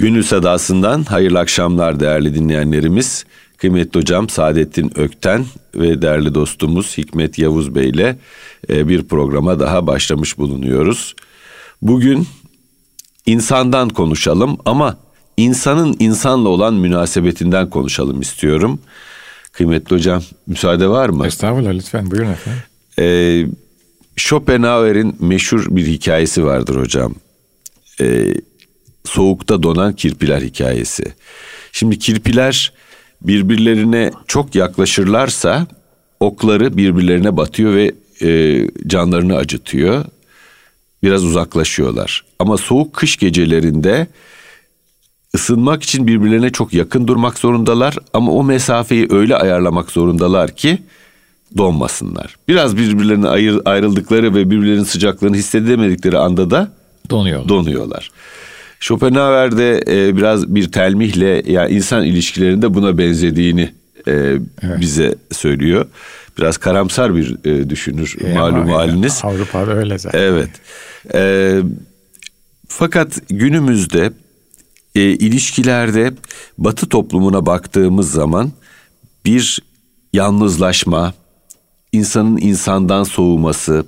Gönül Sadası'ndan hayırlı akşamlar değerli dinleyenlerimiz. Kıymetli hocam Saadettin Ökten ve değerli dostumuz Hikmet Yavuz Bey ile bir programa daha başlamış bulunuyoruz. Bugün insandan konuşalım ama insanın insanla olan münasebetinden konuşalım istiyorum. Kıymetli hocam müsaade var mı? Estağfurullah, lütfen buyurun efendim. Schopenhauer'in meşhur bir hikayesi vardır hocam. Soğukta donan kirpiler hikayesi. Şimdi kirpiler birbirlerine çok yaklaşırlarsa okları birbirlerine batıyor ve canlarını acıtıyor. Biraz uzaklaşıyorlar. Ama soğuk kış gecelerinde ısınmak için birbirlerine çok yakın durmak zorundalar. Ama o mesafeyi öyle ayarlamak zorundalar ki donmasınlar. Biraz birbirlerine ayrıldıkları ve birbirlerinin sıcaklığını hissedemedikleri anda da donuyorlar. Schopenhauer de biraz bir telmihle yani insan ilişkilerinde buna benzediğini bize söylüyor. Biraz karamsar bir düşünür malum haliniz. Avrupa'da öyle zaten. Evet. Fakat günümüzde ilişkilerde Batı toplumuna baktığımız zaman bir yalnızlaşma, insanın insandan soğuması,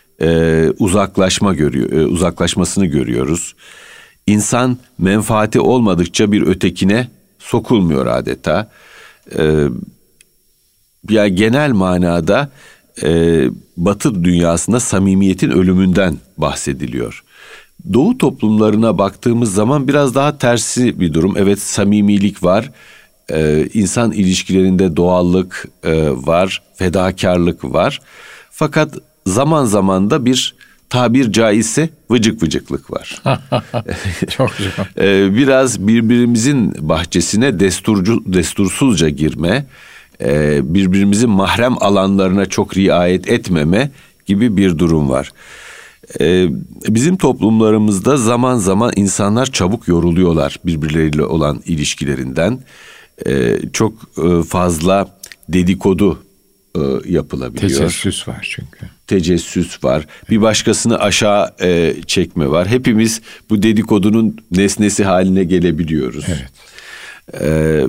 uzaklaşmasını görüyoruz. İnsan menfaati olmadıkça bir ötekine sokulmuyor adeta. Yani genel manada Batı dünyasında samimiyetin ölümünden bahsediliyor. Doğu toplumlarına baktığımız zaman biraz daha tersi bir durum. Evet, samimilik var, insan ilişkilerinde doğallık var, fedakarlık var. Fakat zaman zaman da bir tabir caizse vıcık vıcıklık var. Çok güzel. Biraz birbirimizin bahçesine destursuzca girme, birbirimizin mahrem alanlarına çok riayet etmeme gibi bir durum var. Bizim toplumlarımızda zaman zaman insanlar çabuk yoruluyorlar birbirleriyle olan ilişkilerinden. Çok fazla dedikodu yapılabiliyor. Tecessüs var çünkü. Tecessüs var. Bir başkasını aşağı çekme var. Hepimiz bu dedikodunun nesnesi haline gelebiliyoruz. Evet.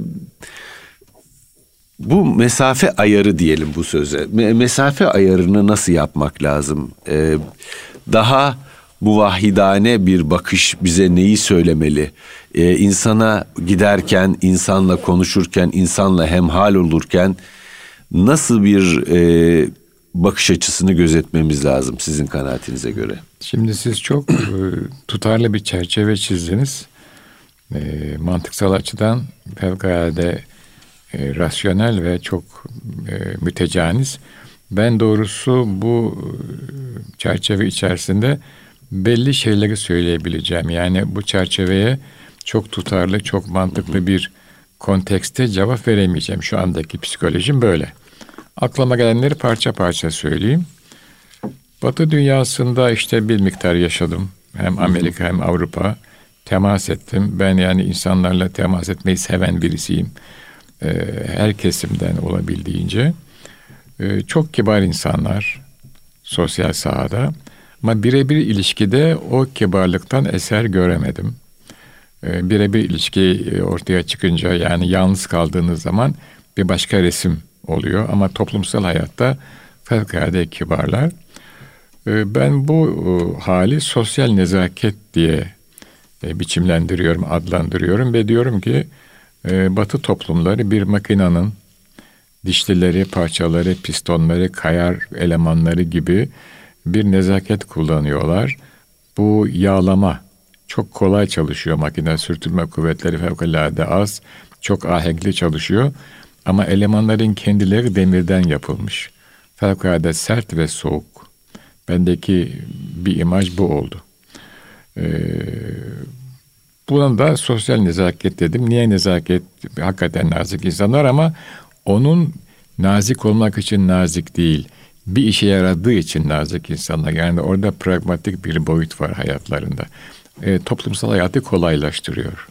Bu mesafe ayarı diyelim bu söze. Mesafe ayarını nasıl yapmak lazım? Daha muvahhidane bir bakış bize neyi söylemeli? İnsana giderken, insanla konuşurken, insanla hemhal olurken nasıl bir bakış açısını gözetmemiz lazım sizin kanaatinize göre? Şimdi siz çok tutarlı bir çerçeve çizdiniz. Mantıksal açıdan fevkalade rasyonel ve çok mütecaniz. Ben doğrusu bu çerçeve içerisinde belli şeyleri söyleyebileceğim. Yani bu çerçeveye çok tutarlı, çok mantıklı bir kontekste cevap veremeyeceğim. Şu andaki psikolojim böyle. Aklıma gelenleri parça parça söyleyeyim. Batı dünyasında işte bir miktar yaşadım. Hem Amerika hem Avrupa. Temas ettim. Ben yani insanlarla temas etmeyi seven birisiyim. Her kesimden olabildiğince. Çok kibar insanlar sosyal sahada. Ama birebir ilişkide o kibarlıktan eser göremedim. Birebir ilişki ortaya çıkınca yani yalnız kaldığınız zaman bir başka resim oluyor. Ama toplumsal hayatta fevkalade kibarlar. Ben bu hali sosyal nezaket diye biçimlendiriyorum, adlandırıyorum ve diyorum ki Batı toplumları bir makinenin dişlileri, parçaları, pistonları, kayar elemanları gibi bir nezaket kullanıyorlar. Bu yağlama çok kolay çalışıyor. Makine sürtünme kuvvetleri fevkalade az, çok ahenkli çalışıyor. Ama elemanların kendileri demirden yapılmış. Fevkalade sert ve soğuk. Bendeki bir imaj bu oldu. Buna da sosyal nezaket dedim. Niye nezaket? Hakikaten nazik insanlar ama onun nazik olmak için nazik değil. Bir işe yaradığı için nazik insanlar. Yani orada pragmatik bir boyut var hayatlarında. Toplumsal hayatı kolaylaştırıyor.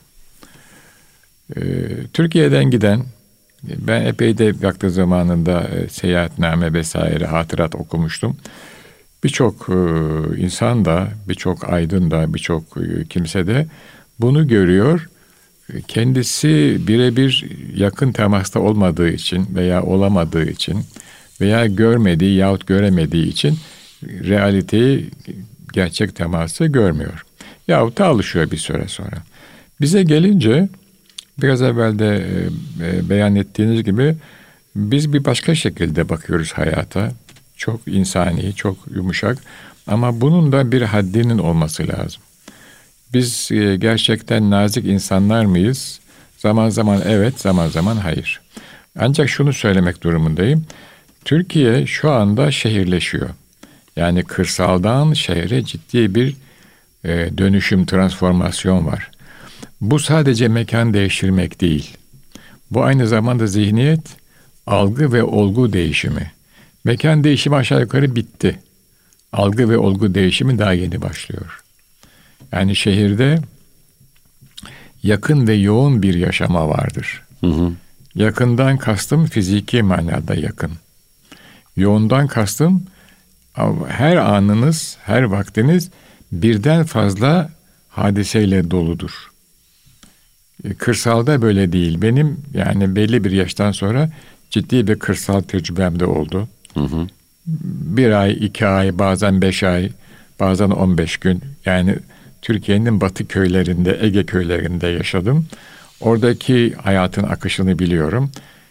Türkiye'den giden, ben epey de vakti zamanında seyahatname vesaire hatırat okumuştum. Birçok insan da, birçok aydın da, birçok kimse de bunu görüyor. kendisi birebir yakın temasta olmadığı için veya olamadığı için veya görmediği yahut göremediği için realiteyi, gerçek teması görmüyor. Yahut da alışıyor bir süre sonra. Bize gelince biraz evvel de beyan ettiğiniz gibi biz bir başka şekilde bakıyoruz hayata. Çok insani, çok yumuşak ama bunun da bir haddinin olması lazım. Biz gerçekten nazik insanlar mıyız? Zaman zaman evet, zaman zaman hayır. Ancak şunu söylemek durumundayım. Türkiye şu anda şehirleşiyor. Yani kırsaldan şehre ciddi bir dönüşüm, transformasyon var. Bu sadece mekan değiştirmek değil. Bu aynı zamanda zihniyet, algı ve olgu değişimi. Mekan değişimi aşağı yukarı bitti. Algı ve olgu değişimi daha yeni başlıyor. Yani şehirde yakın ve yoğun bir yaşama vardır. Hı hı. Yakından kastım fiziki manada yakın. Yoğundan kastım her anınız, her vaktiniz birden fazla hadiseyle doludur. Kırsalda böyle değil. Benim yani belli bir yaştan sonra ciddi bir kırsal tecrübem de oldu. Hı hı. 1 ay, 2 ay, bazen 5 ay, bazen 15 gün. Yani Türkiye'nin batı köylerinde, Ege köylerinde yaşadım. Oradaki hayatın akışını biliyorum.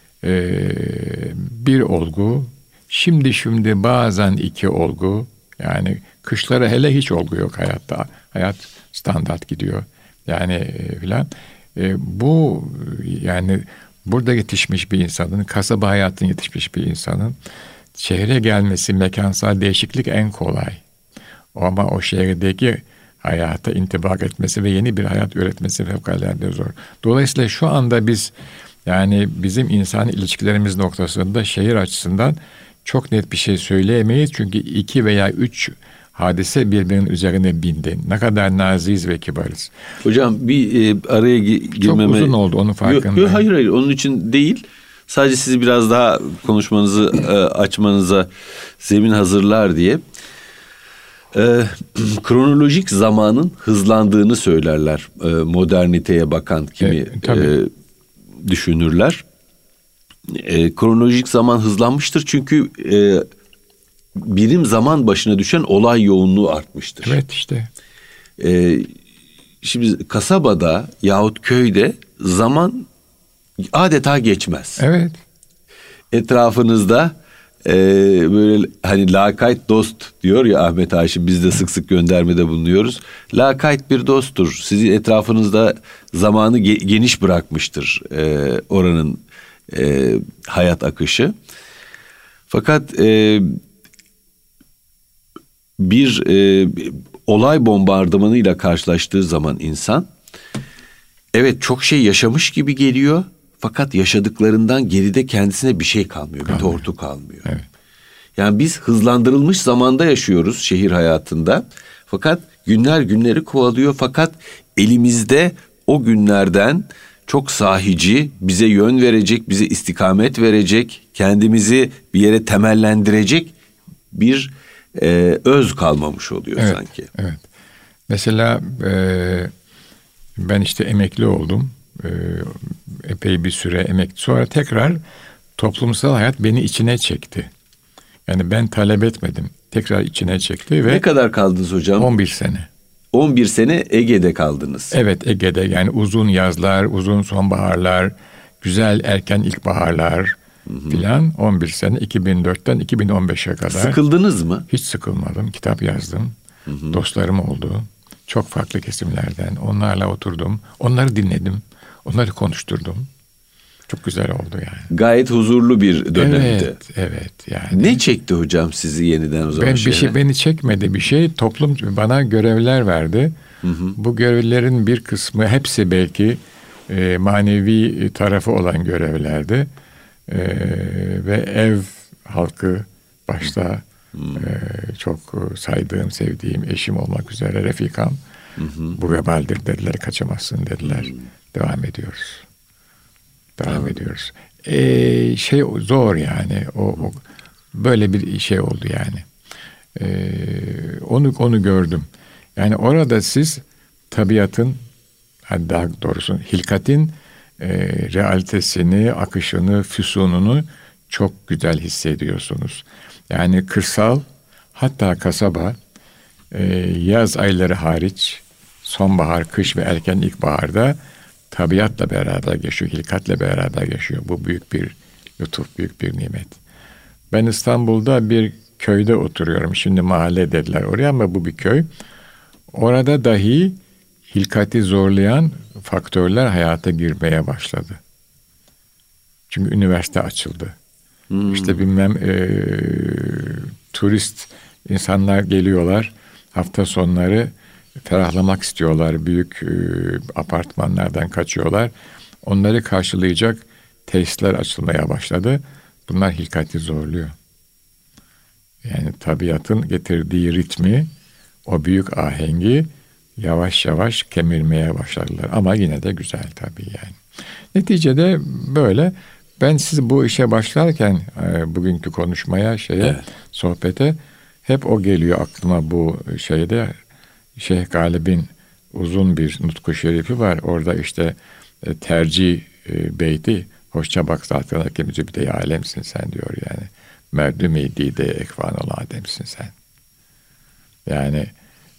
Bir olgu, şimdi bazen 2 olgu. Yani kışlara hele hiç olgu yok hayatta. Hayat standart gidiyor. Yani filan. Bu yani burada yetişmiş bir insanın, kasaba hayatın yetişmiş bir insanın şehre gelmesi, mekansal değişiklik en kolay. Ama o şehirdeki hayata intibak etmesi ve yeni bir hayat üretmesi fevkalade zor. Dolayısıyla şu anda biz yani bizim insan ilişkilerimiz noktasında şehir açısından çok net bir şey söyleyemeyiz. Çünkü 2 veya 3 hadise birbirinin üzerine bindi. Ne kadar naziz ve kibarız. Hocam bir araya girmeme... Çok uzun oldu, onun farkındayım. Yok, hayır onun için değil. Sadece sizi biraz daha konuşmanızı açmanıza zemin hazırlar diye. Kronolojik zamanın hızlandığını söylerler. Moderniteye bakan kimi düşünürler. Kronolojik zaman hızlanmıştır çünkü birim zaman başına düşen olay yoğunluğu artmıştır. Evet işte. Şimdi kasabada yahut köyde zaman adeta geçmez. Evet. Etrafınızda böyle hani lakayt dost diyor ya Ahmet Haşim, biz de sık sık göndermede bulunuyoruz. Lakayt bir dosttur. Sizin etrafınızda zamanı geniş bırakmıştır oranın hayat akışı. Fakat bir olay bombardımanıyla karşılaştığı zaman insan evet çok şey yaşamış gibi geliyor. Fakat yaşadıklarından geride kendisine bir şey kalmıyor. Bir tortu kalmıyor. Evet. Yani biz hızlandırılmış zamanda yaşıyoruz şehir hayatında. Fakat günler günleri kovalıyor. Fakat elimizde o günlerden çok sahici, bize yön verecek, bize istikamet verecek, kendimizi bir yere temellendirecek bir öz kalmamış oluyor sanki. Evet. Mesela ben işte emekli oldum. Epey bir süre emekli. Sonra tekrar toplumsal hayat beni içine çekti. Yani ben talep etmedim. Tekrar içine çekti ve... Ne kadar kaldınız hocam? 11 sene. 11 sene Ege'de kaldınız. Evet, Ege'de, yani uzun yazlar, uzun sonbaharlar, güzel erken ilkbaharlar filan. 11 sene 2004'ten 2015'e kadar. Sıkıldınız mı? Hiç sıkılmadım. Kitap yazdım. Dostlarım oldu. Çok farklı kesimlerden. Onlarla oturdum. Onları dinledim. Onları konuşturdum. Çok güzel oldu yani. Gayet huzurlu bir dönemdi. Evet yani. Ne çekti hocam sizi yeniden o zaman? Beni çekmedi bir şey. Toplum bana görevler verdi. Bu görevlerin bir kısmı, hepsi belki manevi tarafı olan görevlerdi. Ve ev halkı başta çok saydığım, sevdiğim eşim olmak üzere refikam. Bu vebaldir dediler, kaçamazsın dediler. Devam ediyoruz. Ediyoruz. Şey zor yani. O böyle bir şey oldu yani. Onu gördüm. Yani orada siz tabiatın daha doğrusu hilkatin realitesini, akışını, füsununu çok güzel hissediyorsunuz. Yani kırsal, hatta kasaba, yaz ayları hariç, sonbahar, kış ve erken ilkbaharda tabiatla beraber yaşıyor, hilkatle beraber yaşıyor. Bu büyük bir lütuf, büyük bir nimet. Ben İstanbul'da bir köyde oturuyorum. Şimdi mahalle dediler oraya ama bu bir köy. Orada dahi hilkati zorlayan faktörler hayata girmeye başladı. Çünkü üniversite açıldı. İşte bilmem turist insanlar geliyorlar. Hafta sonları ferahlamak istiyorlar. Büyük apartmanlardan kaçıyorlar. Onları karşılayacak tesisler açılmaya başladı. Bunlar hilkati zorluyor. Yani tabiatın getirdiği ritmi, o büyük ahengi yavaş yavaş kemirmeye başladılar. Ama yine de güzel tabii yani. Neticede böyle. Ben siz bu işe başlarken bugünkü konuşmaya, evet, sohbete hep o geliyor aklıma bu şeyde. Şeyh Galip'in uzun bir nutku şerifi var. Orada işte tercih beyti, hoşça bak zaten hakemizi bir de alemsin sen diyor yani. Merdüm-i dide ekvan ol ademsin sen. Yani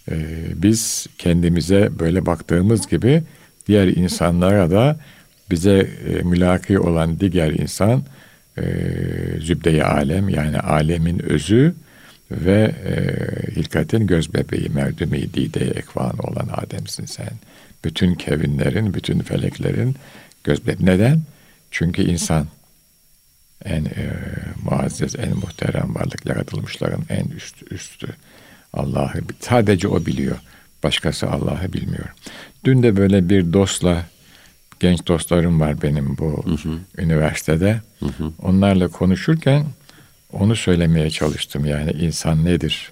biz kendimize böyle baktığımız gibi diğer insanlara da bize mülaki olan diğer insan zübde-i alem, yani alemin özü ve hilkatin göz bebeği, merdüm-i dide ekvan olan ademsin sen. Bütün kevünlerin, bütün feleklerin göz bebeği. Neden? Çünkü insan en muazzez, en muhterem varlık, yaratılmışların en üstü. Allah'ı sadece o biliyor. Başkası Allah'ı bilmiyor. Dün de böyle bir dostla, genç dostlarım var benim bu üniversitede. Onlarla konuşurken onu söylemeye çalıştım. Yani insan nedir?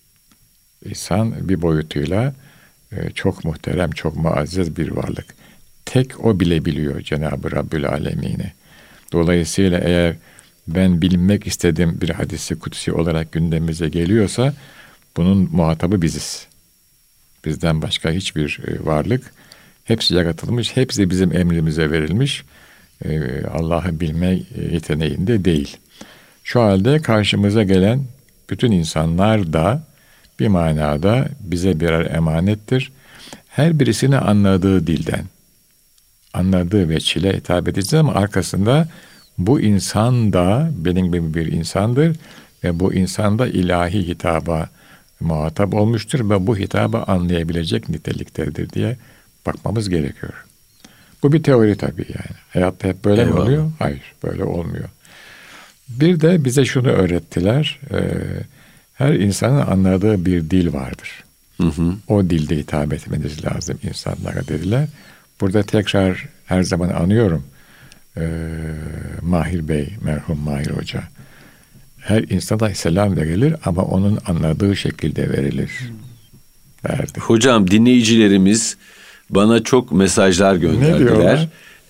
İnsan bir boyutuyla çok muhterem, çok muazzez bir varlık. Tek o bile biliyor Cenab-ı Rabbül Alemin'i. Dolayısıyla eğer ben bilmek istediğim bir hadisi kutsi olarak gündemimize geliyorsa bunun muhatabı biziz. Bizden başka hiçbir varlık, hepsi yaratılmış, hepsi bizim emrimize verilmiş. Allah'ı bilme yeteneğinde değil. Şu halde karşımıza gelen bütün insanlar da bir manada bize birer emanettir. Her birisini anladığı dilden, anladığı veçile hitap edeceğiz ama arkasında bu insan da benim gibi bir insandır ve bu insan da ilahi hitaba muhatap olmuştur ve bu hitabı anlayabilecek niteliktedir diye bakmamız gerekiyor. Bu bir teori tabii yani. Hayatta hep böyle mi oluyor? Hayır, böyle olmuyor. Bir de bize şunu öğrettiler. Her insanın anladığı bir dil vardır. O dilde hitap etmeniz lazım insanlara dediler. Burada tekrar her zaman anıyorum. Mahir Bey, merhum Mahir Hoca. Her insana selam verilir ama onun anladığı şekilde verilir. Verdi. Hocam dinleyicilerimiz bana çok mesajlar gönderdiler.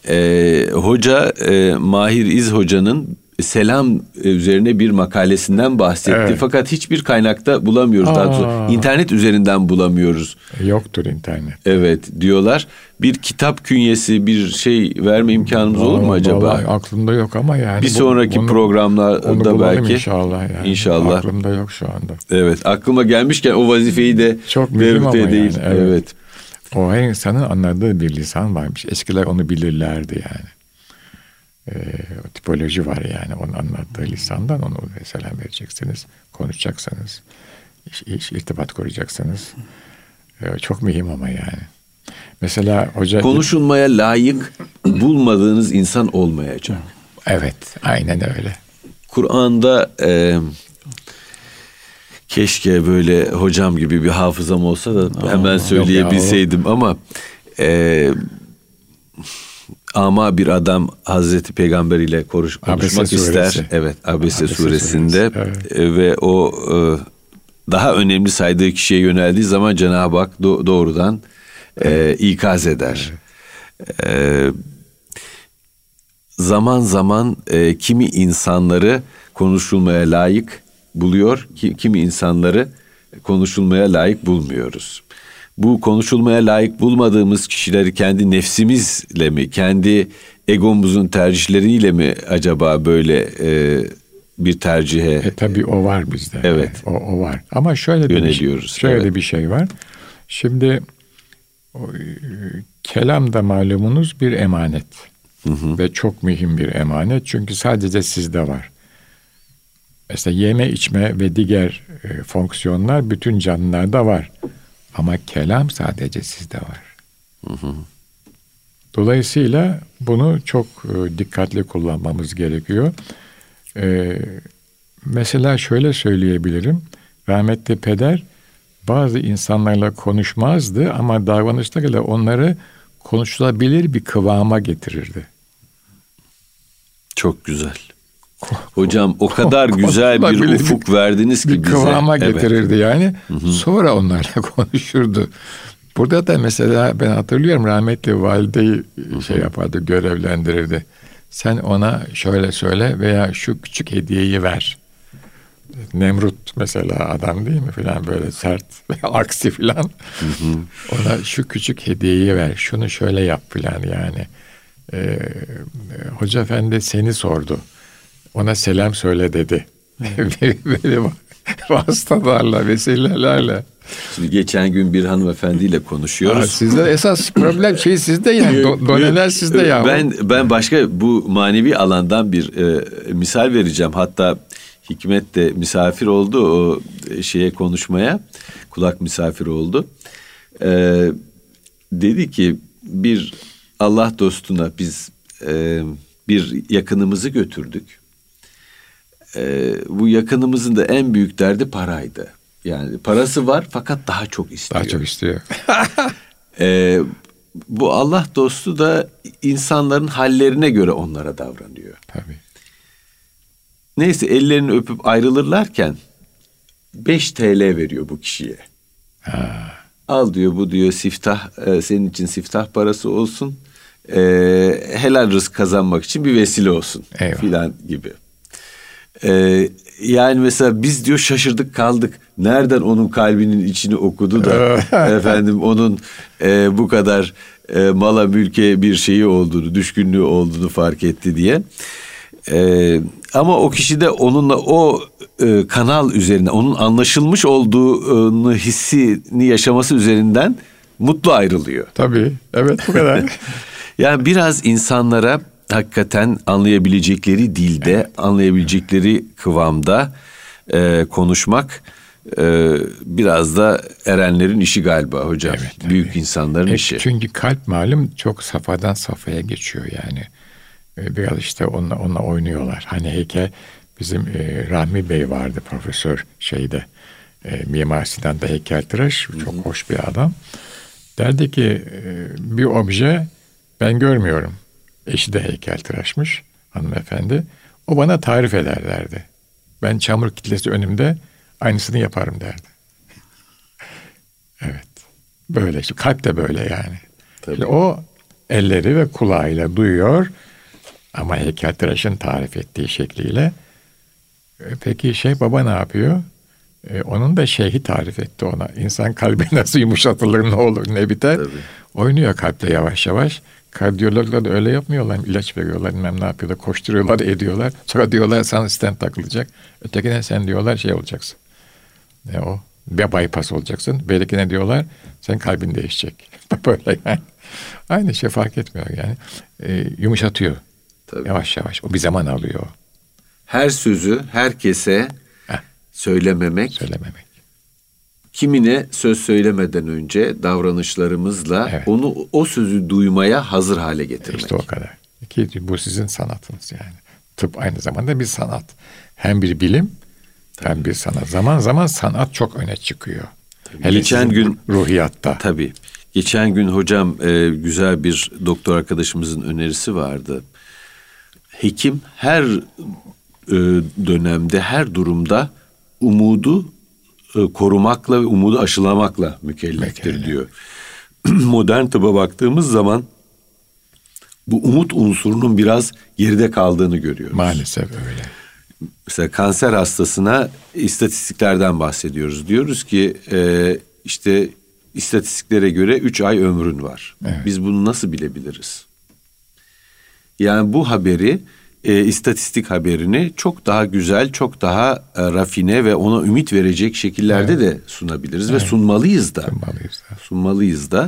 Hoca Mahir İz Hoca'nın selam üzerine bir makalesinden bahsetti. Evet. Fakat hiçbir kaynakta bulamıyoruz. Daha doğrusu internet üzerinden bulamıyoruz. Yoktur internet. Evet diyorlar. Bir kitap künyesi, bir şey verme imkanımız olur mu acaba? Vallahi aklımda yok ama yani. Bir sonraki programlarda belki. İnşallah yani. İnşallah. Aklımda yok şu anda. Evet, aklıma gelmişken o vazifeyi de çok mühim ama değil. Yani, evet. O her insanın anladığı bir lisan varmış. Eskiler onu bilirlerdi yani. O tipoloji var yani. Onun anlattığı lisandan onu selam vereceksiniz. Konuşacaksınız. İrtibat kuracaksınız. Çok mühim ama yani. Mesela hoca... Konuşulmaya layık bulmadığınız insan olmayacak. Evet, aynen öyle. Kur'an'da keşke böyle hocam gibi bir hafızam olsa da hemen söyleyebilseydim ama ama bir adam Hazreti Peygamber ile konuşmak ister. Evet, Abese suresinde ve o daha önemli saydığı kişiye yöneldiği zaman Cenab-ı Hak doğrudan ikaz eder. Zaman zaman kimi insanları konuşulmaya layık buluyor, kimi insanları konuşulmaya layık bulmuyoruz. bu konuşulmaya layık bulmadığımız kişileri kendi nefsimizle mi, kendi egomuzun tercihleriyle mi acaba böyle bir tercihe tabii o var bizde. Evet. O var. Ama şöyle yöneliyoruz. Bir şey var. Şimdi kelam da malumunuz bir emanet. Ve çok mühim bir emanet. Çünkü sadece sizde var. Mesela yeme, içme ve diğer fonksiyonlar bütün canlılarda var. Ama kelam sadece sizde var. Dolayısıyla bunu çok dikkatli kullanmamız gerekiyor. Mesela şöyle söyleyebilirim. Rahmetli peder bazı insanlarla konuşmazdı ama davranışlarıyla onları konuşulabilir bir kıvama getirirdi. Çok güzel. Hocam o kadar güzel bir ufuk verdiniz ki bize. Bir kıvama bize. getirirdi yani. Sonra onlarla konuşurdu. Burada da mesela ben hatırlıyorum rahmetli valideyi şey yapardı, görevlendirirdi. Sen ona şöyle söyle veya şu küçük hediyeyi ver. Nemrut mesela adam değil mi filan böyle sert veya aksi filan. Ona şu küçük hediyeyi ver. Şunu şöyle yap filan yani. Hoca efendi seni sordu. Ona selam söyle dedi. Böyle vasıtalarla, vesilelerle. Şimdi geçen gün bir hanımefendiyle konuşuyoruz. Sizde esas problem sizde yani. Doneler sizde ya. Ben başka bu manevi alandan bir misal vereceğim. Hatta Hikmet de misafir oldu o konuşmaya. Kulak misafir oldu. Dedi ki bir Allah dostuna biz bir yakınımızı götürdük. Bu yakınımızın da en büyük derdi paraydı. Yani parası var fakat daha çok istiyor. Daha çok istiyor. Bu Allah dostu da insanların hallerine göre onlara davranıyor. Tabii. Neyse ellerini öpüp ayrılırlarken 5 TL veriyor bu kişiye. Al diyor bu diyor siftah senin için siftah parası olsun. Helal rızk kazanmak için bir vesile olsun filan gibi. Yani mesela biz diyor şaşırdık kaldık. Nereden onun kalbinin içini okudu da efendim onun bu kadar mala mülke bir şeyi olduğunu, düşkünlüğü olduğunu fark etti diye. Ama o kişi de onunla o kanal üzerine, onun anlaşılmış olduğunu hissini yaşaması üzerinden mutlu ayrılıyor. Tabii, evet bu kadar. Yani biraz insanlara hakikaten anlayabilecekleri dilde, anlayabilecekleri kıvamda konuşmak biraz da erenlerin işi galiba hocam. Evet, büyük insanların işi. Çünkü kalp malum çok safhadan safhaya geçiyor yani. Biraz işte onunla oynuyorlar. Hani heykel bizim Rahmi Bey vardı profesör Mimar Sinan'da heykeltıraş. Çok hoş bir adam. Derdi ki bir obje ben görmüyorum. Eşi de heykeltıraşmış hanımefendi. O bana tarif eder derdi. Ben çamur kitlesi önümde aynısını yaparım derdi. Evet. Böyle işte kalp de böyle yani. İşte o elleri ve kulağıyla duyuyor ama heykeltıraşın tarif ettiği şekliyle. Peki baba ne yapıyor? Onun da şeyhi tarif etti ona. İnsan kalbi nasıl yumuşatılır, ne olur, ne biter. Tabii. Oynuyor kalple yavaş yavaş. Kardiyologlar da öyle yapmıyorlar. İlaç veriyorlar, bilmem ne yapıyorlar. Koşturuyorlar, ediyorlar. Sonra diyorlar sana stent takılacak. Ötekine sen diyorlar olacaksın. O? Bir bypass olacaksın. Belki diyorlar sen kalbin değişecek. Böyle yani. Aynı fark etmiyor yani. Yumuşatıyor. Tabii. Yavaş yavaş. O bir zaman alıyor. Her sözü herkese söylememek. Kimine söz söylemeden önce davranışlarımızla onu o sözü duymaya hazır hale getirmek. İşte o kadar. Ki bu sizin sanatınız yani. Tıp aynı zamanda bir sanat. Hem bir bilim hem bir sanat. Zaman zaman sanat çok öne çıkıyor. Hele geçen gün ruhiyatta. Tabii. Geçen gün hocam güzel bir doktor arkadaşımızın önerisi vardı. Hekim her dönemde, her durumda umudu korumakla ve umudu aşılamakla mükelleftir diyor. Modern tıba baktığımız zaman bu umut unsurunun biraz geride kaldığını görüyoruz. Maalesef öyle. Mesela kanser hastasına istatistiklerden bahsediyoruz. Diyoruz ki işte istatistiklere göre 3 ay ömrün var. Evet. Biz bunu nasıl bilebiliriz? Yani bu haberi, istatistik haberini çok daha güzel, çok daha rafine ve ona ümit verecek şekillerde de sunabiliriz ve sunmalıyız da. Sunmalıyız da.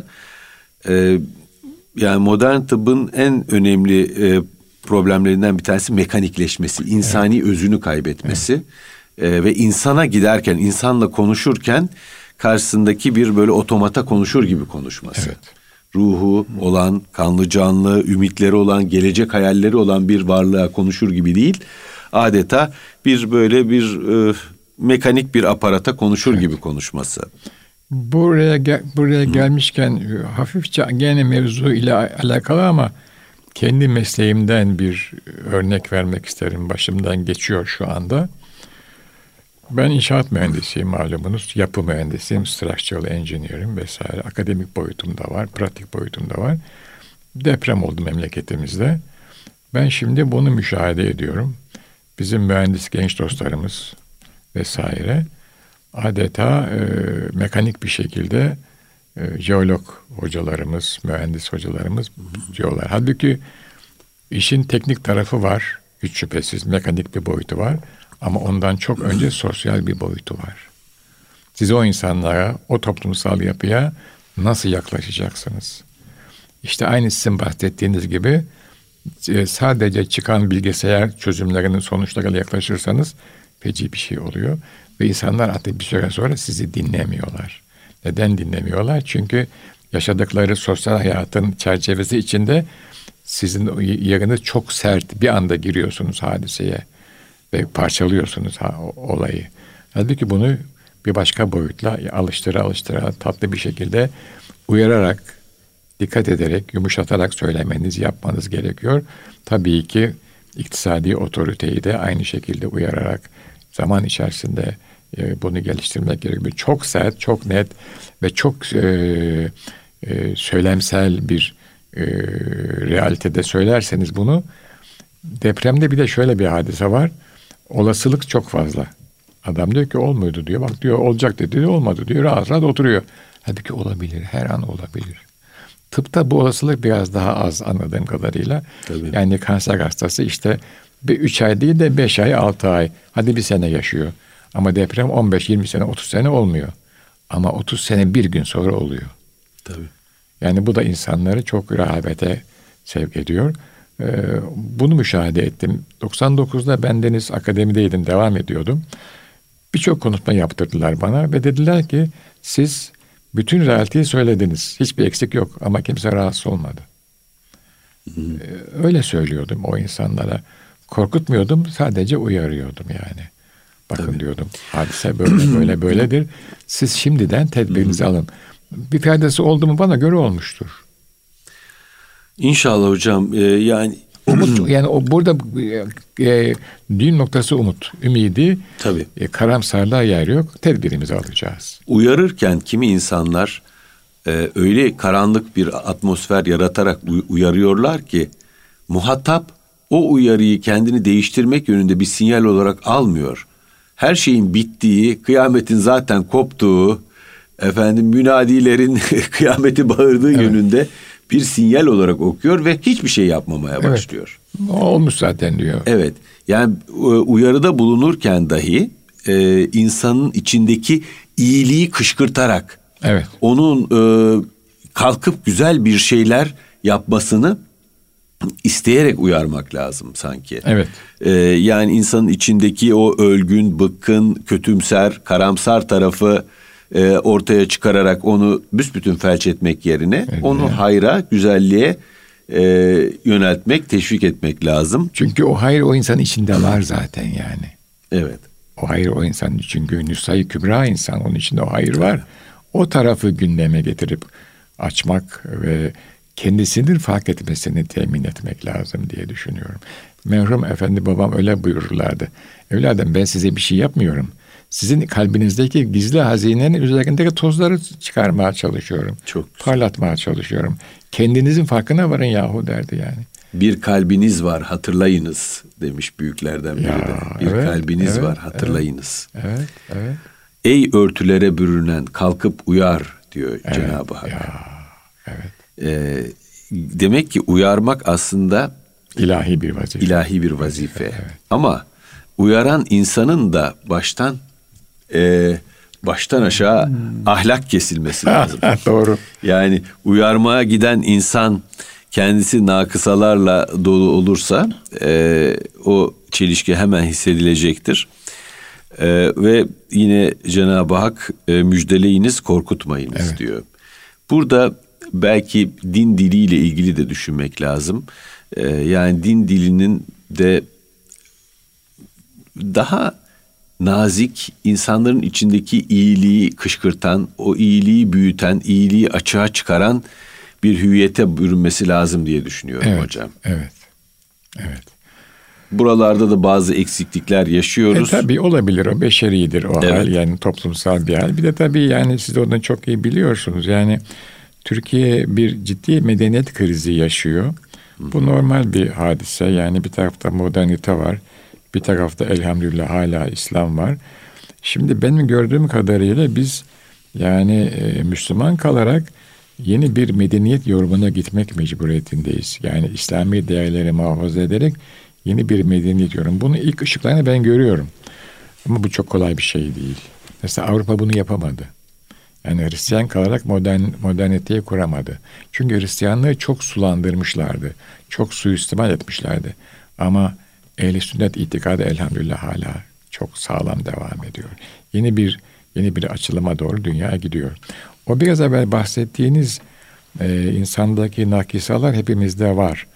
Yani modern tıbbın en önemli problemlerinden bir tanesi mekanikleşmesi, insani özünü kaybetmesi ve insana giderken, insanla konuşurken karşısındaki bir böyle otomata konuşur gibi konuşması. Evet. Ruhu olan, kanlı canlı, ümitleri olan, gelecek hayalleri olan bir varlığa konuşur gibi değil. Adeta bir böyle bir mekanik bir aparata konuşur gibi konuşması. Buraya gelmişken hafifçe gene mevzu ile alakalı ama kendi mesleğimden bir örnek vermek isterim. Başımdan geçiyor şu anda. Ben inşaat mühendisiyim malumunuz. Yapı mühendisiyim, structural engineer'im vesaire. Akademik boyutum da var, pratik boyutum da var. Deprem oldu memleketimizde. Ben şimdi bunu müşahede ediyorum. Bizim mühendis genç dostlarımız vesaire adeta mekanik bir şekilde jeolog hocalarımız, mühendis hocalarımız diyorlar. Halbuki işin teknik tarafı var, hiç şüphesiz mekanik bir boyutu var. Ama ondan çok önce sosyal bir boyutu var. Siz o insanlara, o toplumsal yapıya nasıl yaklaşacaksınız? İşte aynı sizin bahsettiğiniz gibi sadece çıkan bilgisayar çözümlerinin sonuçlarıyla yaklaşırsanız feci bir şey oluyor. Ve insanlar artık bir süre sonra sizi dinlemiyorlar. Neden dinlemiyorlar? Çünkü yaşadıkları sosyal hayatın çerçevesi içinde sizin yeriniz çok sert. Bir anda giriyorsunuz hadiseye ve parçalıyorsunuz olayı. Halbuki bunu bir başka boyutla alıştıra tatlı bir şekilde uyararak, dikkat ederek, yumuşatarak söylemeniz, yapmanız gerekiyor. Tabii ki iktisadi otoriteyi de aynı şekilde uyararak zaman içerisinde bunu geliştirmek gerekiyor. Çok sert, çok net ve çok söylemsel bir realitede söylerseniz bunu, depremde bir de şöyle bir hadise var. Olasılık çok fazla. Adam diyor ki olmuyordu diyor. Bak diyor olacak dedi, olmadı diyor. Rahat rahat oturuyor. Halbuki olabilir, her an olabilir. Tıpta bu olasılık biraz daha az anladığım kadarıyla. Tabii. Yani kanser hastası işte 3 ay değil de 5 ay, 6 ay. Hadi bir sene yaşıyor. Ama deprem 15, 20 sene, 30 sene olmuyor. Ama 30 sene bir gün sonra oluyor. Tabii. Yani bu da insanları çok rehavete sevk ediyor. Bunu müşahede ettim. 99'da bendeniz akademideydim, devam ediyordum. Birçok konuşma yaptırdılar bana ve dediler ki siz bütün realiteyi söylediniz. Hiçbir eksik yok ama kimse rahatsız olmadı. Öyle söylüyordum o insanlara. Korkutmuyordum, sadece uyarıyordum yani. Bakın tabii, diyordum, hadise böyle böyledir. Siz şimdiden tedbirinizi alın. Bir faydası oldu mu bana göre olmuştur. İnşallah hocam. Yani umut, yani o burada düğüm noktası umut, ümidi. Tabii. Karamsarlığa yer yok. Tedbirimizi alacağız. Uyarırken kimi insanlar öyle karanlık bir atmosfer yaratarak uyarıyorlar ki muhatap o uyarıyı kendini değiştirmek yönünde bir sinyal olarak almıyor. Her şeyin bittiği, kıyametin zaten koptuğu, münadilerin kıyameti bağırdığı yönünde bir sinyal olarak okuyor ve hiçbir şey yapmamaya başlıyor. Olmuş zaten diyor. Evet. Yani uyarıda bulunurken dahi insanın içindeki iyiliği kışkırtarak onun kalkıp güzel bir şeyler yapmasını isteyerek uyarmak lazım sanki. Evet. Yani insanın içindeki o ölgün, bıkkın, kötümser, karamsar tarafı ortaya çıkararak onu büsbütün felç etmek yerine onu hayra, güzelliğe yöneltmek, teşvik etmek lazım. Çünkü o hayır o insanın içinde var zaten yani. Evet. O hayır o insanın, çünkü nüshay kübra insan, onun içinde o hayır var. O tarafı gündeme getirip açmak ve kendisinin fark etmesini temin etmek lazım diye düşünüyorum. Merhum efendi babam öyle buyururlardı. Evladım, ben size bir şey yapmıyorum. Sizin kalbinizdeki gizli hazinenin üzerindeki tozları çıkarmaya çalışıyorum. Çok parlatmaya çalışıyorum. Kendinizin farkına varın yahu derdi yani. Bir kalbiniz var, hatırlayınız demiş büyüklerden biri de. Bir kalbiniz var, hatırlayınız. Evet. Ey örtülere bürünen, kalkıp uyar diyor Evet, Cenab-ı Hak. Evet. Demek ki uyarmak aslında ilahi bir vazife. İlahi bir vazife. Evet. Ama uyaran insanın da baştan aşağı ahlak kesilmesi lazım. Doğru. Yani uyarmaya giden insan kendisi nakısalarla dolu olursa o çelişki hemen hissedilecektir. Ve yine Cenab-ı Hak müjdeleyiniz, korkutmayınız diyor. Burada belki din diliyle ilgili de düşünmek lazım. Yani din dilinin de daha nazik, insanların içindeki iyiliği kışkırtan, o iyiliği büyüten, iyiliği açığa çıkaran bir hüviyete bürünmesi lazım diye düşünüyorum hocam. Evet. Buralarda da bazı eksiklikler yaşıyoruz. Tabii olabilir, o beşeridir o hal, yani toplumsal bir hal. Bir de tabii yani siz de onu çok iyi biliyorsunuz. Yani Türkiye bir ciddi medeniyet krizi yaşıyor. Bu normal bir hadise. Yani bir tarafta modernite var. Bir tarafta elhamdülillah hala İslam var. Şimdi benim gördüğüm kadarıyla biz yani Müslüman kalarak yeni bir medeniyet yorumuna gitmek mecburiyetindeyiz. Yani İslami değerleri muhafaza ederek yeni bir medeniyet yorum. Bunun ilk ışıklarını ben görüyorum. Ama bu çok kolay bir şey değil. Mesela Avrupa bunu yapamadı. Yani Hristiyan kalarak moderniteyi kuramadı. Çünkü Hristiyanlığı çok sulandırmışlardı. Çok suistimal etmişlerdi. Ama ehl-i sünnet itikadı elhamdülillah hala çok sağlam devam ediyor. Yeni bir açılıma doğru dünya gidiyor. O biraz evvel bahsettiğiniz insandaki nakisalar hepimizde var.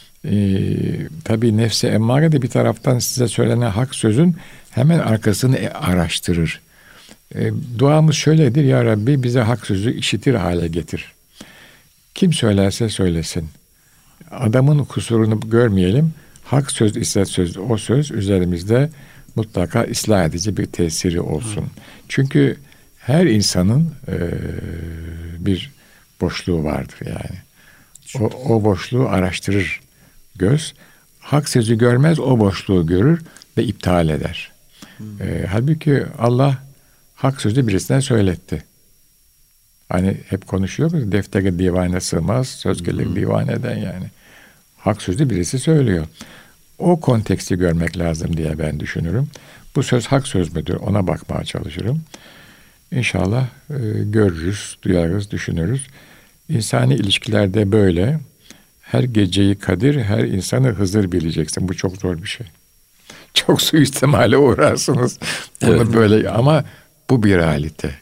Tabii nefsi emmare de bir taraftan size söylenen hak sözün hemen arkasını araştırır. Duamız şöyledir: Ya Rabbi, bize hak sözü işitir hale getir. Kim söylerse söylesin. Adamın kusurunu görmeyelim. Hak söz ise söz, o söz üzerimizde mutlaka ıslah edici bir tesiri olsun. Çünkü her insanın bir boşluğu vardır yani. O boşluğu araştırır göz. Hak sözü görmez, o boşluğu görür ve iptal eder. Halbuki Allah hak sözü birisine söyletti. Hani hep konuşuyoruz, deftere divane sığmaz, söz gelir divaneden yani. Hak sözü birisi söylüyor. O konteksti görmek lazım diye ben düşünürüm. Bu söz hak söz müdür? Ona bakmaya çalışırım. İnşallah görürüz, duyarız, düşünürüz. İnsani ilişkilerde böyle. Her geceyi Kadir, her insanı Hızır bileceksin. Bu çok zor bir şey. Çok suistimale uğrarsınız. Bunu böyle, ama bu bir realite.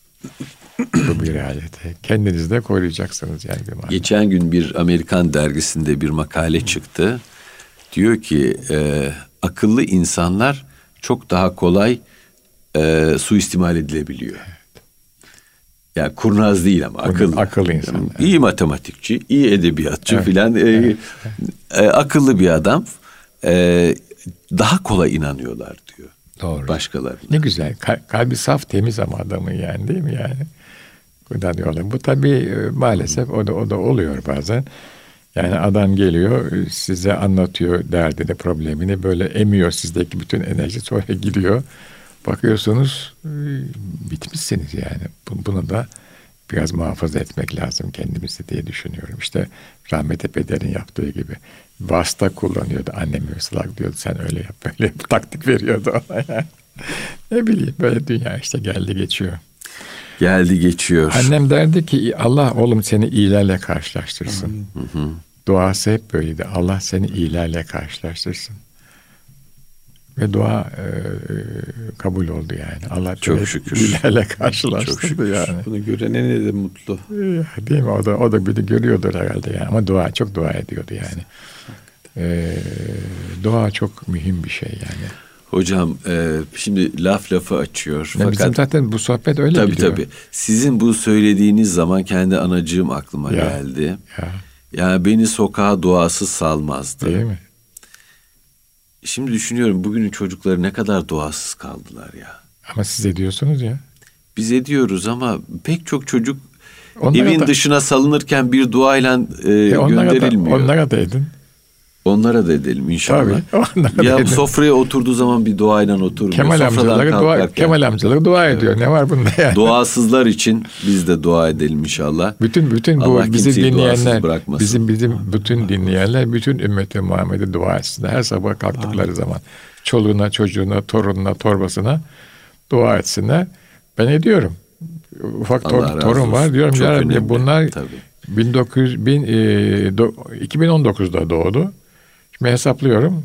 Bu bir realite. Kendinizi de koruyacaksınız yani bir manada. Geçen gün bir Amerikan dergisinde bir makale çıktı. Diyor ki akıllı insanlar çok daha kolay suistimal edilebiliyor. Yani kurnaz değil ama akıllı insan. Yani iyi matematikçi, iyi edebiyatçı filan, akıllı bir adam, daha kolay inanıyorlar diyor. Doğru. Başkalarına. Ne güzel. Kalbi saf, temiz ama adamın yani, değil mi yani? Bu tabii maalesef o da oluyor bazen. Yani adam geliyor, size anlatıyor derdini, problemini, böyle emiyor sizdeki bütün enerji, sonra gidiyor. Bakıyorsunuz bitmişsiniz yani. Bunu da biraz muhafaza etmek lazım kendimizi diye düşünüyorum. İşte rahmetli pederin yaptığı gibi. Vasıta kullanıyordu. Annem mesela diyordu, sen öyle yap, böyle yap. Taktik veriyordu ona yani. Ne bileyim, böyle dünya işte geldi geçiyor. Geldi geçiyor. Annem derdi ki Allah oğlum seni iyilerle karşılaştırsın. Duası hep böyleydi. Allah seni iyilerle karşılaştırsın. Ve dua kabul oldu yani. Allah çok şükür. İyilerle karşılaştırdı çok şükür. yani. Bunu görene de mutlu. Değil mi? O da bir de görüyordur herhalde yani. Ama çok dua ediyordu yani. Dua çok mühim bir şey yani. Hocam şimdi lafı açıyor. Fakat bizim zaten bu sohbet öyle gidiyor. Tabii. Sizin bu söylediğiniz zaman kendi anacığım aklıma geldi. Yani beni sokağa duasız salmazdı. Değil mi? Şimdi düşünüyorum, bugünün çocukları ne kadar duasız kaldılar ya. Ama siz ediyorsunuz ya. Biz ediyoruz ama pek çok çocuk evin dışına salınırken bir duayla gönderilmiyor. Onlara da edin. Onlara da edelim inşallah. Tabii. Ya sofraya oturduğu zaman bir duayla oturmuyor. Kemal amcaları dua ediyor. Ne var bunda yani? Duasızlar için biz de dua edelim inşallah. Bütün bu Allah bizi dinleyenler, bırakmasın. bizim bütün dinleyenler, bütün ümmeti Muhammed'e dua etsinler. Her sabah kalktıkları zaman çoluğuna, çocuğuna, torununa, torbasına dua etsinler. Ben ediyorum. Ufak torun var. Diyorum ya Rabbi, bunlar 2019'da doğdu. Şimdi hesaplıyorum.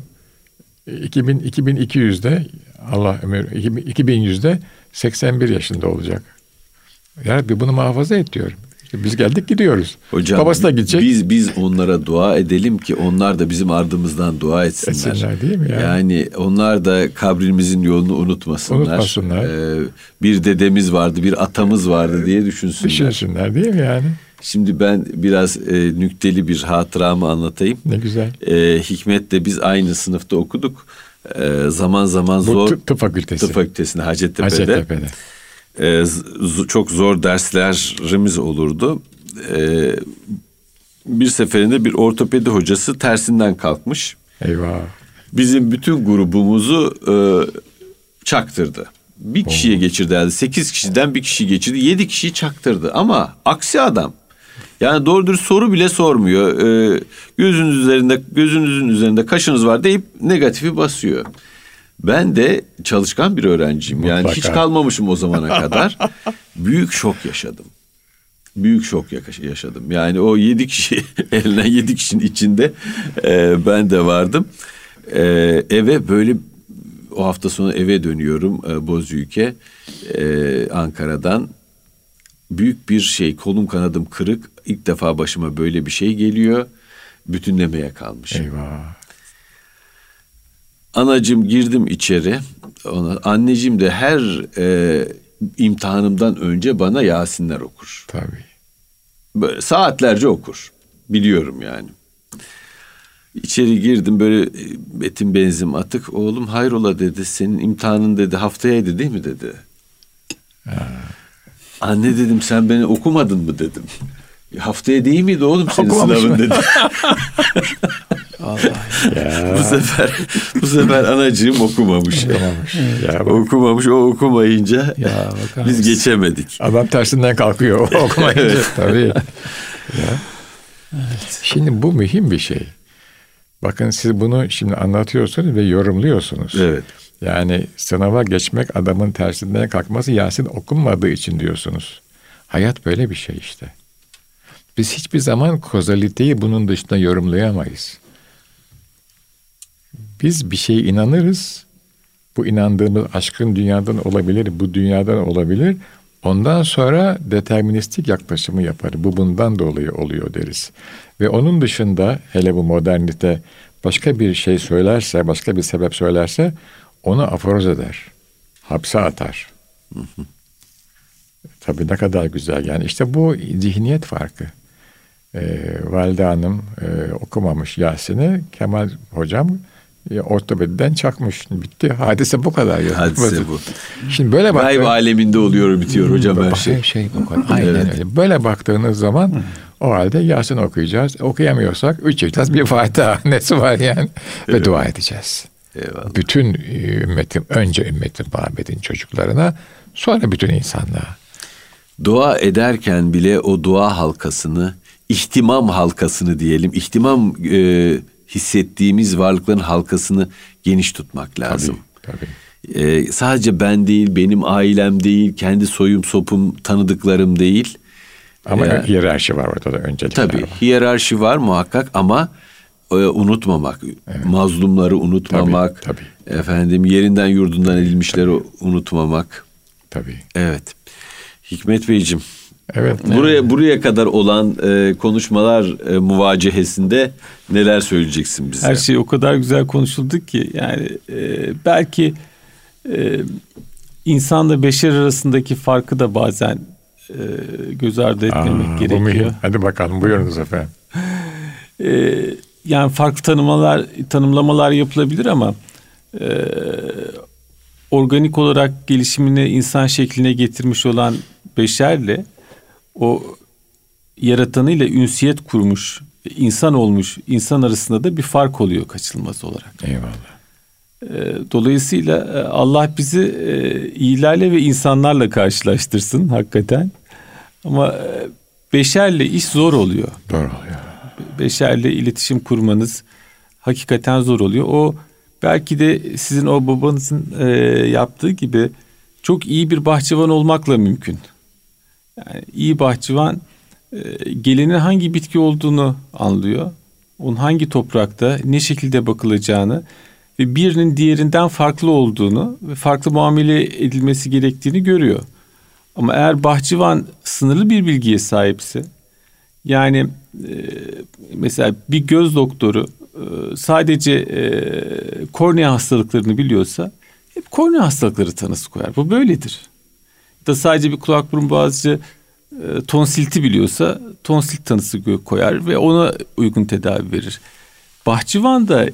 2200'de Allah ömür 2100'de 81 yaşında olacak. Ya Rabbi bunu muhafaza et diyorum. Biz geldik gidiyoruz. Hocam, babası da gidecek. Biz onlara dua edelim ki onlar da bizim ardımızdan dua etsinler. Değil mi Yani onlar da kabrimizin yolunu unutmasınlar. Bir dedemiz vardı, bir atamız vardı diye Düşünsünler değil mi yani? Şimdi ben biraz nükteli bir hatıramı anlatayım. Ne güzel. Hikmet'le biz aynı sınıfta okuduk. Zaman zaman zor. Tıp fakültesinde Hacettepe'de. Çok zor derslerimiz olurdu. Bir seferinde bir ortopedi hocası tersinden kalkmış. Eyvah. Bizim bütün grubumuzu çaktırdı. Bir kişiye geçirdi herhalde. 8 kişiden bir kişi geçirdi. 7 kişiyi çaktırdı. Ama aksi adam. Yani doğru dürüst soru bile sormuyor. Gözünüzün üzerinde kaşınız var deyip negatifi basıyor. Ben de çalışkan bir öğrenciyim. Yani Mutlaka. hiç kalmamışım o zamana kadar. Büyük şok yaşadım. Yani o 7 kişi, elinden 7 kişinin içinde ben de vardım. Eve böyle o hafta sonu eve dönüyorum Bozüyük'e, Ankara'dan. Büyük bir kolum kanadım kırık. İlk defa başıma böyle bir şey geliyor. Bütünlemeye kalmış. Eyvah. Anacığım girdim içeri. Anneciğim de her imtihanımdan önce bana Yasinler okur. Tabii. Böyle saatlerce okur. Biliyorum yani. İçeri girdim böyle etim benzin atık. Oğlum hayrola dedi. Senin imtihanın dedi haftayaydı değil mi dedi. Anne dedim sen beni okumadın mı dedim. Haftaya değil miydi oğlum senin sınavın dedi. Allah ya. Bu sefer anacığım okumamış. Okumamış. O okumayınca biz geçemedik. Adam tersinden kalkıyor. O okumayınca. Evet. Tabii. Ya. Evet. Şimdi bu mühim bir şey. Bakın siz bunu şimdi anlatıyorsunuz ve yorumluyorsunuz. Evet. Yani sınava geçmek adamın tersinden kalkması Yasin okunmadığı için diyorsunuz. Hayat böyle bir şey işte. Biz hiçbir zaman kozaliteyi bunun dışında yorumlayamayız. Biz bir şeye inanırız. Bu inandığımız aşkın dünyadan olabilir, bu dünyadan olabilir. Ondan sonra deterministik yaklaşımı yapar. Bu bundan dolayı oluyor deriz. Ve onun dışında hele bu modernite başka bir şey söylerse, başka bir sebep söylerse onu aforoz eder. Hapse atar. Tabii ne kadar güzel. Yani işte bu zihniyet farkı. Valide Hanım okumamış Yasin'i. Kemal hocam ortopediden çakmış. Bitti. Hadise bu kadar. Hadise bu. Şimdi böyle bak. Gayb aleminde oluyor bitiyor hocam her şey. Her şey bu kadar. Aynen öyle. Böyle baktığınız zaman o halde Yasin okuyacağız. Okuyamıyorsak 3 İhlas bir Fatiha. Nesi var yani? Ve dua edeceğiz. Eyvallah. Bütün ümmetin, önce ümmetin Muhammed'in çocuklarına, sonra bütün insanlığa. Dua ederken bile o dua halkasını, ihtimam halkasını diyelim, ihtimam hissettiğimiz varlıkların halkasını geniş tutmak lazım. Tabii. Sadece ben değil, benim ailem değil, kendi soyum sopum, tanıdıklarım değil. Ama hiyerarşi var ortada, öncelikler tabii, var. Hiyerarşi var muhakkak ama unutmamak, evet. Mazlumları unutmamak, tabii. Yerinden yurdundan edilmişleri unutmamak. Tabii. Evet. Hikmet Beyciğim. Evet. Buraya kadar olan konuşmalar muvacehesinde neler söyleyeceksin bize? Her şey o kadar güzel konuşuldu ki yani belki insanla beşer arasındaki farkı da bazen göz ardı etmemek gerekiyor. Bu mühim. Hadi bakalım, buyurunuz efendim. Yani farklı tanımlamalar yapılabilir ama organik olarak gelişimini insan şekline getirmiş olan beşerle o yaratanıyla ünsiyet kurmuş insan olmuş insan arasında da bir fark oluyor kaçınılmaz olarak. Eyvallah. Dolayısıyla Allah bizi iyilerle ve insanlarla karşılaştırsın hakikaten. Ama beşerle iş zor oluyor. Doğru oluyor. Beşerle iletişim kurmanız hakikaten zor oluyor. O belki de sizin o babanızın yaptığı gibi çok iyi bir bahçıvan olmakla mümkün. Yani iyi bahçıvan gelenin hangi bitki olduğunu anlıyor. Onun hangi toprakta ne şekilde bakılacağını ve birinin diğerinden farklı olduğunu ve farklı muamele edilmesi gerektiğini görüyor. Ama eğer bahçıvan sınırlı bir bilgiye sahipse, yani mesela bir göz doktoru sadece kornea hastalıklarını biliyorsa hep kornea hastalıkları tanısı koyar. Bu böyledir. Da sadece bir kulak burun boğazcı tonsilti biliyorsa tonsilt tanısı koyar ve ona uygun tedavi verir. Bahçıvan da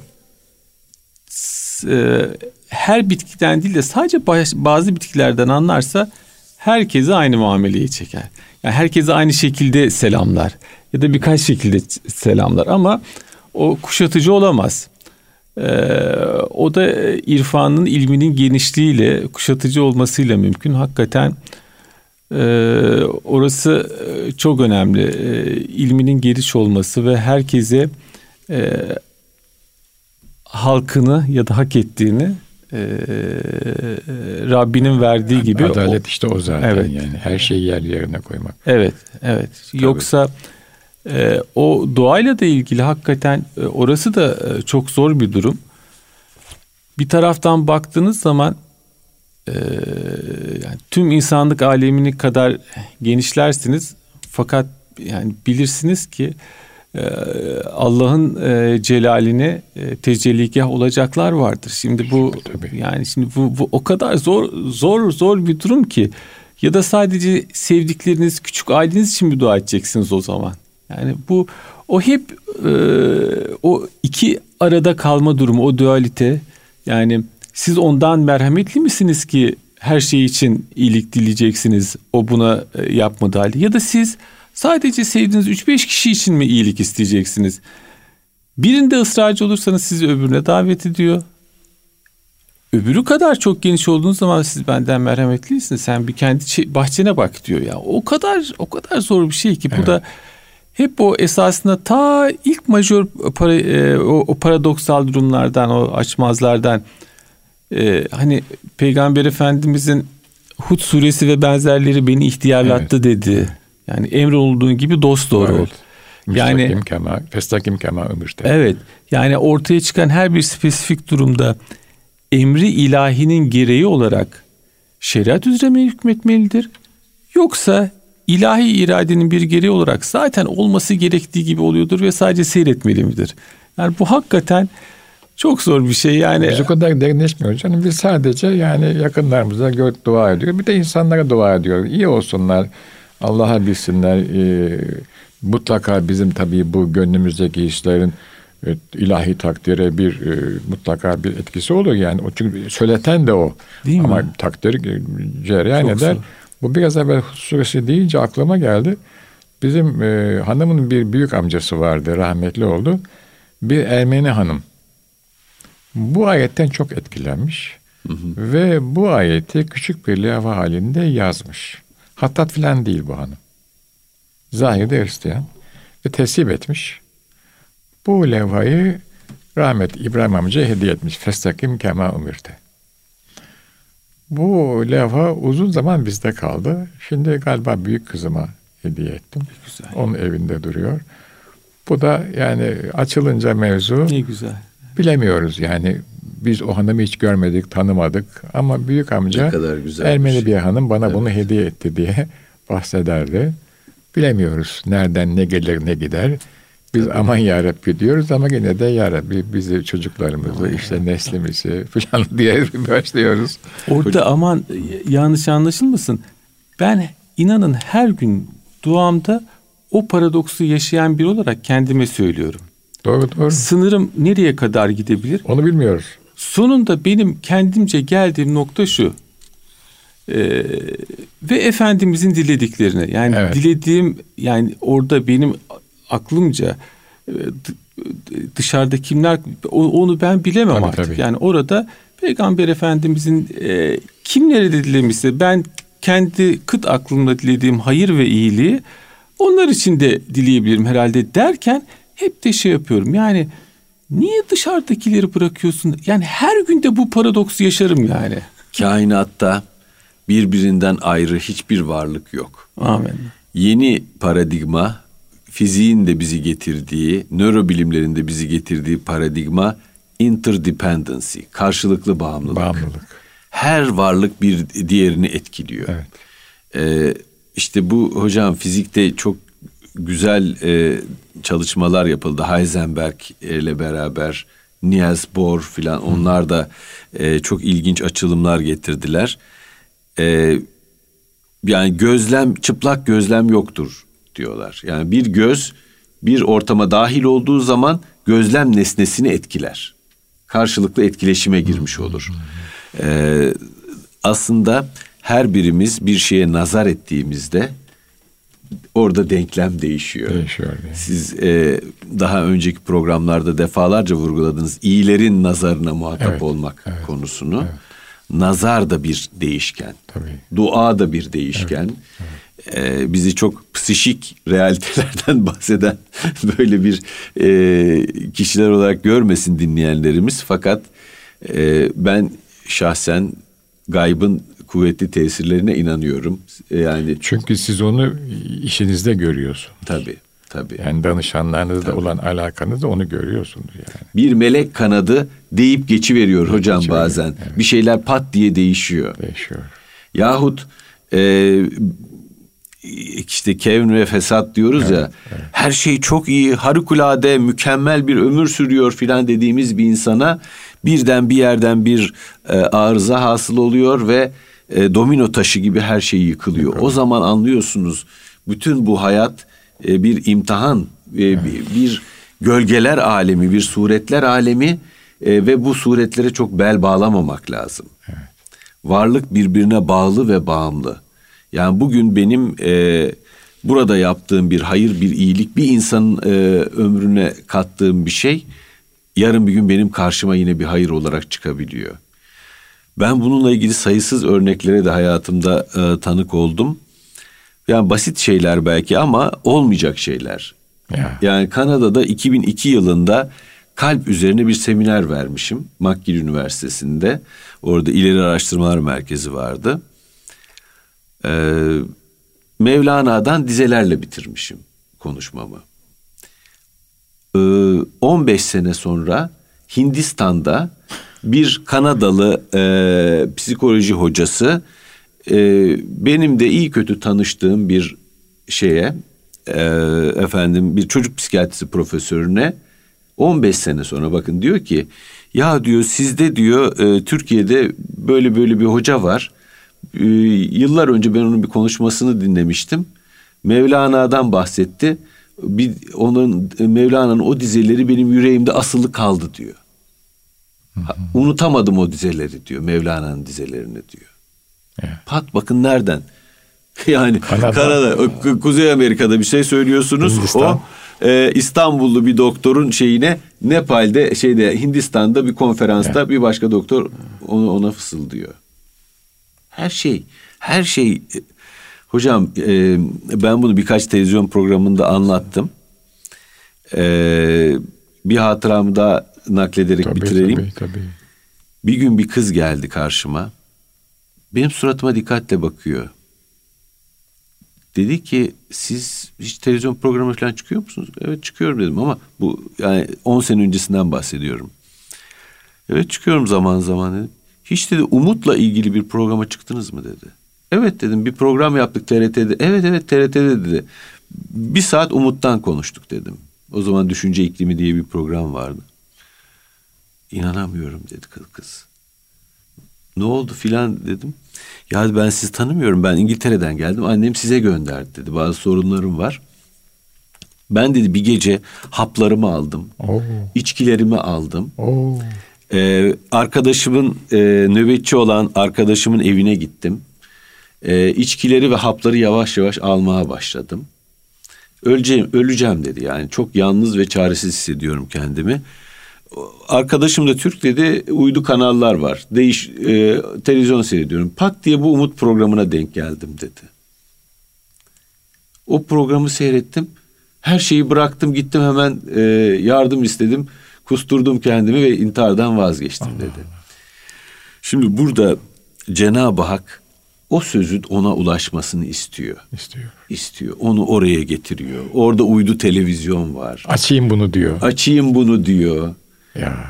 her bitkiden değil de sadece bazı bitkilerden anlarsa herkese aynı muameleyi çeker. Yani herkese aynı şekilde selamlar ya da birkaç şekilde selamlar ama o kuşatıcı olamaz. O da irfanın, ilminin genişliğiyle, kuşatıcı olmasıyla mümkün. Hakikaten orası çok önemli. İlminin geniş olması ve herkese halkını ya da hak ettiğini Rabbinin verdiği gibi. Adalet işte o zaten, evet. Yani her şeyi yerine koymak. Evet. Tabii. Yoksa o doğayla da ilgili hakikaten orası da çok zor bir durum. Bir taraftan baktığınız zaman yani tüm insanlık alemini kadar genişlersiniz, fakat yani bilirsiniz ki Allah'ın celaline tecelligah olacaklar vardır. Şimdi bu tabii. Yani şimdi bu o kadar zor bir durum ki, ya da sadece sevdikleriniz, küçük aileniz için mi dua edeceksiniz o zaman? Yani o hep o iki arada kalma durumu, o dualite. Yani siz ondan merhametli misiniz ki her şey için iyilik dileyeceksiniz, o buna yapmadığı halde? Ya da siz sadece sevdiğiniz 3-5 kişi için mi iyilik isteyeceksiniz? Birinde ısrarcı olursanız sizi öbürüne davet ediyor. Öbürü kadar çok geniş olduğunuz zaman siz benden merhametlisin, sen bir kendi bahçene bak diyor ya. O kadar zor bir şey ki. Evet. Bu da hep o esasında ta ilk majör o paradoksal durumlardan, o açmazlardan, hani Peygamber Efendimizin Hud suresi ve benzerleri beni ihtiyarlattı, evet, dedi. Yani emrolunduğun gibi dosdoğru ol. Yani festakim kema ömürte. Evet. Yani ortaya çıkan her bir spesifik durumda emri ilahinin gereği olarak şeriat üzere mi hükmetmelidir? Yoksa ilahi iradenin bir gereği olarak zaten olması gerektiği gibi oluyordur ve sadece seyretmeli midir? Yani bu hakikaten çok zor bir şey. Yani biz o kadar derinleşmiyoruz canım. Biz sadece yani yakınlarımıza dua ediyoruz. Bir de insanlara dua ediyoruz. İyi olsunlar. Allah'a bilsinler. Mutlaka bizim tabii bu gönlümüzdeki hislerin ilahi takdire bir mutlaka bir etkisi olur yani. O çünkü söyleten de o. Değil ama mi? Takdir cereyan eder. Bu biraz evvel Hud suresi deyince aklıma geldi. Bizim hanımın bir büyük amcası vardı, rahmetli oldu. Bir Ermeni hanım. Bu ayetten çok etkilenmiş. Ve bu ayeti küçük bir levha halinde yazmış. Hattat filan değil bu hanım. Zahirde Hristiyan. Ve teslim etmiş. Bu levhayı rahmetli İbrahim amcaya hediye etmiş. Festakim kema umirte. Bu levha uzun zaman bizde kaldı. Şimdi galiba büyük kızıma hediye ettim. Güzel. Onun evinde duruyor. Bu da yani açılınca mevzu. Ne güzel. Bilemiyoruz yani. Biz o hanımı hiç görmedik, tanımadık. Ama büyük amca Ermeni bir hanım bana bunu hediye etti diye bahsederdi. Bilemiyoruz nereden ne gelir ne gider. Biz aman yarabbi diyoruz ama yine de yarabbi bizi, çocuklarımızı, işte neslimizi falan diye başlıyoruz. Orada aman yanlış anlaşılmasın. Ben inanın her gün duamda o paradoksu yaşayan biri olarak kendime söylüyorum. Doğru. Sınırım nereye kadar gidebilir? Onu bilmiyoruz. Sonunda benim kendimce geldiğim nokta şu. Ve Efendimizin dilediklerini, yani evet, dilediğim, yani orada benim aklımca dışarıda kimler onu ben bilemem tabii, artık. tabii. Yani orada Peygamber Efendimizin kimlere dilemişse ben kendi kıt aklımla dilediğim hayır ve iyiliği onlar için de dileyebilirim herhalde derken hep de şey yapıyorum. Yani niye dışarıdakileri bırakıyorsun? Yani her gün de bu paradoksu yaşarım yani. Kainatta birbirinden ayrı hiçbir varlık yok. Amin. Yeni paradigma, fiziğin de bizi getirdiği, nörobilimlerin de bizi getirdiği paradigma interdependency, karşılıklı bağımlılık. Her varlık bir diğerini etkiliyor. Evet. İşte bu hocam fizikte çok güzel çalışmalar yapıldı. Heisenberg ile beraber Niels Bohr filan onlar da çok ilginç açılımlar getirdiler. Yani çıplak gözlem yoktur diyorlar. Yani bir göz bir ortama dahil olduğu zaman gözlem nesnesini etkiler. Karşılıklı etkileşime girmiş olur. Aslında her birimiz bir şeye nazar ettiğimizde orada denklem değişiyor. Siz daha önceki programlarda defalarca vurguladınız iyilerin nazarına muhatap olmak konusunu. Evet. Nazar da bir değişken. Tabii. Dua da bir değişken. Evet. Bizi çok psişik realitelerden bahseden böyle bir kişiler olarak görmesin dinleyenlerimiz. Fakat ben şahsen gaybın kuvvetli tesirlerine inanıyorum. Yani çünkü siz onu işinizde görüyorsunuz. Tabii. Yani danışanlarınızla olan alakanızda onu görüyorsunuz yani. Bir melek kanadı deyip geçiveriyor hocam bazen. Evet. Bir şeyler pat diye değişiyor. Yahut işte kevn ve fesat diyoruz ya. Evet. Her şey çok iyi, harikulade, mükemmel bir ömür sürüyor filan dediğimiz bir insana birden bir yerden bir arıza hasıl oluyor ve domino taşı gibi her şey yıkılıyor. O zaman anlıyorsunuz bütün bu hayat bir imtihan, bir gölgeler alemi, bir suretler alemi ve bu suretlere çok bel bağlamamak lazım. Evet. Varlık birbirine bağlı ve bağımlı. Yani bugün benim burada yaptığım bir hayır, bir iyilik, bir insanın ömrüne kattığım bir şey, yarın bir gün benim karşıma yine bir hayır olarak çıkabiliyor. Ben bununla ilgili sayısız örneklere de hayatımda tanık oldum. Yani basit şeyler belki ama olmayacak şeyler. Yani Kanada'da 2002 yılında kalp üzerine bir seminer vermişim. McGill Üniversitesi'nde. Orada İleri Araştırmalar Merkezi vardı. Mevlana'dan dizelerle bitirmişim konuşmamı. 15 sene sonra Hindistan'da bir Kanadalı psikoloji hocası benim de iyi kötü tanıştığım bir bir çocuk psikiyatrisi profesörüne 15 sene sonra bakın diyor ki ya diyor sizde diyor Türkiye'de böyle bir hoca var. Yıllar önce ben onun bir konuşmasını dinlemiştim. Mevlana'dan bahsetti. Mevlana'nın o dizeleri benim yüreğimde asılı kaldı diyor. Unutamadım o dizeleri diyor. Mevlana'nın dizelerini diyor. Evet. Pat bakın nereden? Yani Kanada, Kuzey Amerika'da bir şey söylüyorsunuz. Hindistan. O İstanbullu bir doktorun Nepal'de Hindistan'da bir konferansta bir başka doktor ona fısıldıyor. Her şey hocam ben bunu birkaç televizyon programında anlattım. Bir hatıramı da naklederek bitireyim. Tabii. Bir gün bir kız geldi karşıma. Benim suratıma dikkatle bakıyor. Dedi ki siz hiç televizyon programı falan çıkıyor musunuz? Evet çıkıyorum dedim ama bu yani 10 sene öncesinden bahsediyorum. Evet çıkıyorum zaman zaman dedim. Hiç dedi Umut'la ilgili bir programa çıktınız mı dedi. Evet dedim bir program yaptık TRT'de. Evet TRT'de dedi. 1 saat Umut'tan konuştuk dedim. O zaman Düşünce İklimi diye bir program vardı. İnanamıyorum dedi kız. Ne oldu filan dedim. Ya ben sizi tanımıyorum. Ben İngiltere'den geldim. Annem size gönderdi dedi. Bazı sorunlarım var. Ben dedi bir gece haplarımı aldım. İçkilerimi aldım. Arkadaşımın nöbetçi olan arkadaşımın evine gittim. İçkileri ve hapları yavaş yavaş almaya başladım. öleceğim dedi. Yani çok yalnız ve çaresiz hissediyorum kendimi. Arkadaşım da Türk dedi, uydu kanallar var. Televizyon seyrediyorum. Pat diye bu Umut programına denk geldim dedi. O programı seyrettim. Her şeyi bıraktım, gittim hemen yardım istedim. Kusturdum kendimi ve intihardan vazgeçtim dedi. Şimdi burada Cenab-ı Hak o sözün ona ulaşmasını istiyor. İstiyor. Onu oraya getiriyor. Orada uydu televizyon var. Açayım bunu diyor. Ya.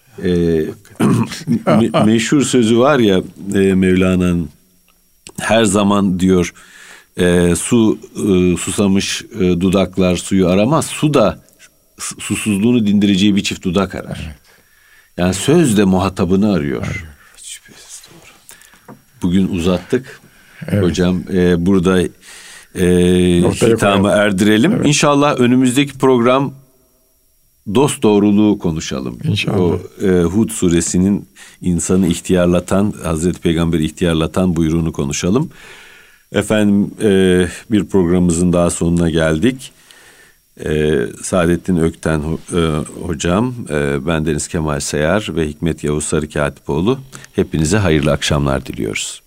Meşhur sözü var ya Mevlana'nın, her zaman diyor susamış dudaklar suyu aramaz. Su da susuzluğunu dindireceği bir çift dudak arar. Evet. Yani söz de muhatabını arıyor. Bugün uzattık. Evet. Hocam burada hitamı erdirelim. Evet. İnşallah önümüzdeki program dost doğruluğu konuşalım. İnşallah. O Hud suresinin insanı ihtiyarlatan, Hazreti Peygamber'i ihtiyarlatan buyruğunu konuşalım. Efendim bir programımızın daha sonuna geldik. Saadettin Ökten hocam, ben Deniz Kemal Sayar ve Hikmet Yavuz Sarı Katipoğlu, hepinize hayırlı akşamlar diliyoruz.